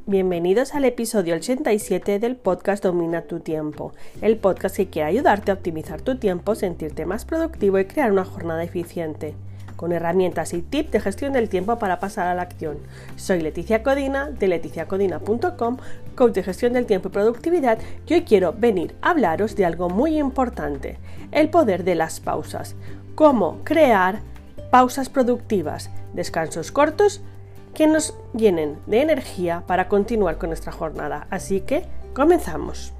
Bienvenidos al episodio 87 del podcast Domina tu tiempo, el podcast que quiere ayudarte a optimizar tu tiempo, sentirte más productivo y crear una jornada eficiente, con herramientas y tips de gestión del tiempo para pasar a la acción. Soy Leticia Codina de leticiacodina.com, coach de gestión del tiempo y productividad, y hoy quiero venir a hablaros de algo muy importante, el poder de las pausas, cómo crear pausas productivas, descansos cortos que nos llenen de energía para continuar con nuestra jornada. Así que comenzamos.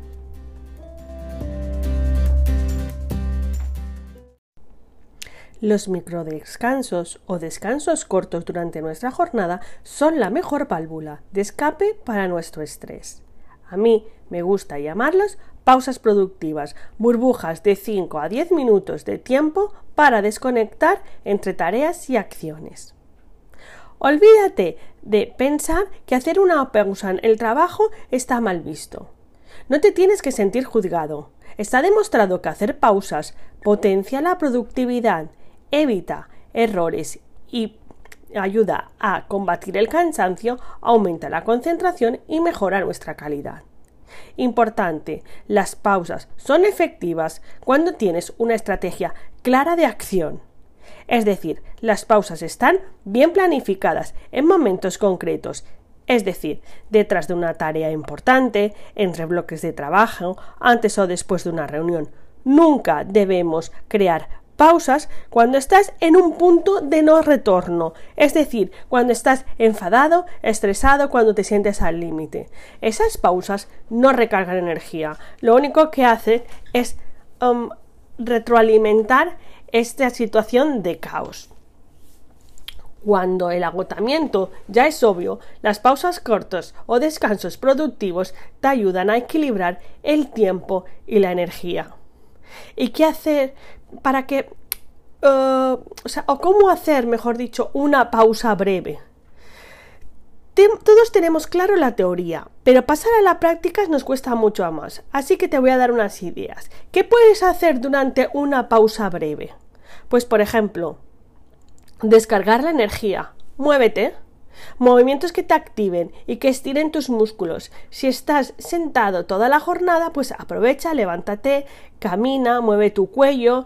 Los microdescansos o descansos cortos durante nuestra jornada son la mejor válvula de escape para nuestro estrés. A mí me gusta llamarlos pausas productivas, burbujas de 5 a 10 minutos de tiempo para desconectar entre tareas y acciones. Olvídate de pensar que hacer una pausa en el trabajo está mal visto. No te tienes que sentir juzgado. Está demostrado que hacer pausas potencia la productividad, evita errores y ayuda a combatir el cansancio, aumenta la concentración y mejora nuestra calidad. Importante, las pausas son efectivas cuando tienes una estrategia clara de acción. Es decir, las pausas están bien planificadas en momentos concretos, es decir, detrás de una tarea importante, entre bloques de trabajo, antes o después de una reunión. Nunca debemos crear pausas cuando estás en un punto de no retorno, es decir, cuando estás enfadado, estresado, cuando te sientes al límite. Esas pausas no recargan energía, lo único que hacen es retroalimentar esta situación de caos. Cuando el agotamiento ya es obvio, las pausas cortas o descansos productivos te ayudan a equilibrar el tiempo y la energía. ¿Y qué hacer para que, o cómo hacer, mejor dicho, una pausa breve? Todos tenemos claro la teoría, pero pasar a la práctica nos cuesta mucho más, así que te voy a dar unas ideas. ¿Qué puedes hacer durante una pausa breve? Pues, por ejemplo, descargar la energía. Muévete. Movimientos que te activen y que estiren tus músculos. Si estás sentado toda la jornada, pues aprovecha, levántate, camina, mueve tu cuello,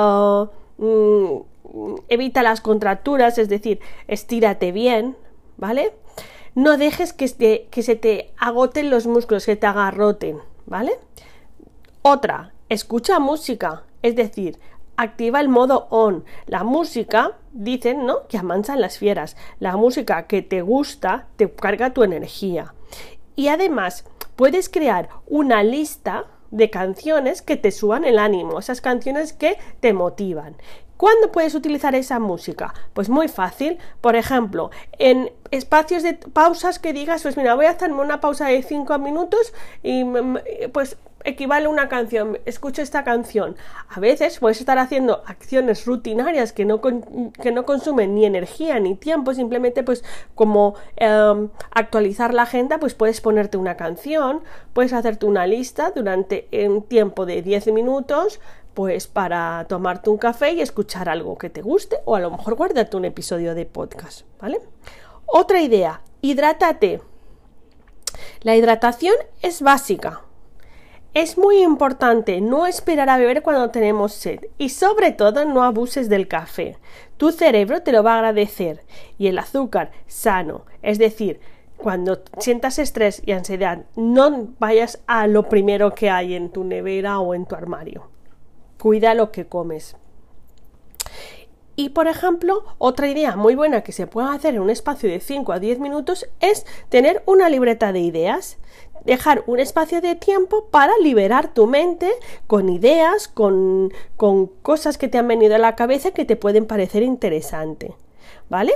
evita las contracturas, es decir, estírate bien, ¿vale? No dejes que se te agoten los músculos, que te agarroten, ¿vale? Otra, escucha música, es decir, activa el modo on. La música, dicen, ¿no?, que amansan las fieras. La música que te gusta te carga tu energía. Y además, puedes crear una lista de canciones que te suban el ánimo, esas canciones que te motivan. ¿Cuándo puedes utilizar esa música? Pues muy fácil. Por ejemplo, en espacios de pausas que digas, pues mira, voy a hacerme una pausa de 5 minutos y pues equivale a una canción, escucho esta canción. A veces puedes estar haciendo acciones rutinarias que no consumen ni energía ni tiempo, simplemente pues como actualizar la agenda, pues puedes ponerte una canción, puedes hacerte una lista durante un tiempo de 10 minutos, pues para tomarte un café y escuchar algo que te guste, o a lo mejor guárdate un episodio de podcast, ¿vale? Otra idea, hidrátate. La hidratación es básica. Es muy importante no esperar a beber cuando tenemos sed y sobre todo no abuses del café. Tu cerebro te lo va a agradecer y el azúcar sano, es decir, cuando sientas estrés y ansiedad, no vayas a lo primero que hay en tu nevera o en tu armario. Cuida lo que comes. Y, por ejemplo, otra idea muy buena que se puede hacer en un espacio de 5 a 10 minutos es tener una libreta de ideas. Dejar un espacio de tiempo para liberar tu mente con ideas, con cosas que te han venido a la cabeza que te pueden parecer interesantes, ¿vale?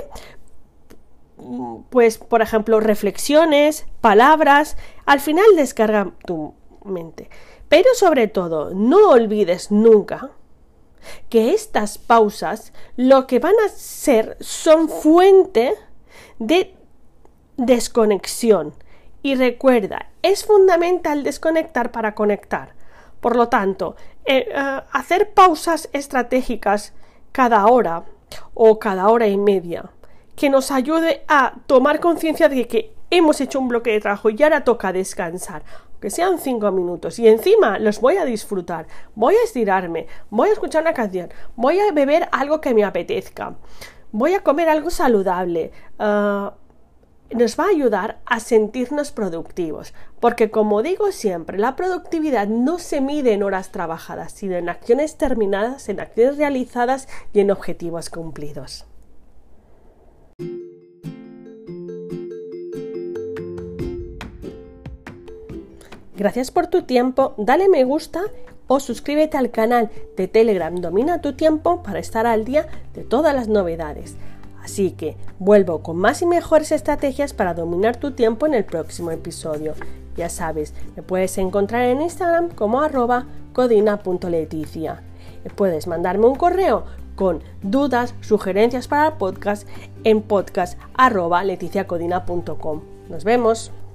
Pues, por ejemplo, reflexiones, palabras, al final descarga tu mente. Pero sobre todo, no olvides nunca que estas pausas lo que van a ser son fuente de desconexión. Y recuerda, es fundamental desconectar para conectar. Por lo tanto, hacer pausas estratégicas cada hora o cada hora y media que nos ayude a tomar conciencia de que hemos hecho un bloque de trabajo y ahora toca descansar, que sean 5 minutos, y encima los voy a disfrutar, voy a estirarme, voy a escuchar una canción, voy a beber algo que me apetezca, voy a comer algo saludable, nos va a ayudar a sentirnos productivos, porque como digo siempre, la productividad no se mide en horas trabajadas, sino en acciones terminadas, en acciones realizadas y en objetivos cumplidos. Gracias por tu tiempo, dale me gusta o suscríbete al canal de Telegram Domina tu Tiempo para estar al día de todas las novedades. Así que vuelvo con más y mejores estrategias para dominar tu tiempo en el próximo episodio. Ya sabes, me puedes encontrar en Instagram como @codina.leticia. Puedes mandarme un correo con dudas, sugerencias para el podcast en podcast@leticiacodina.com. Nos vemos.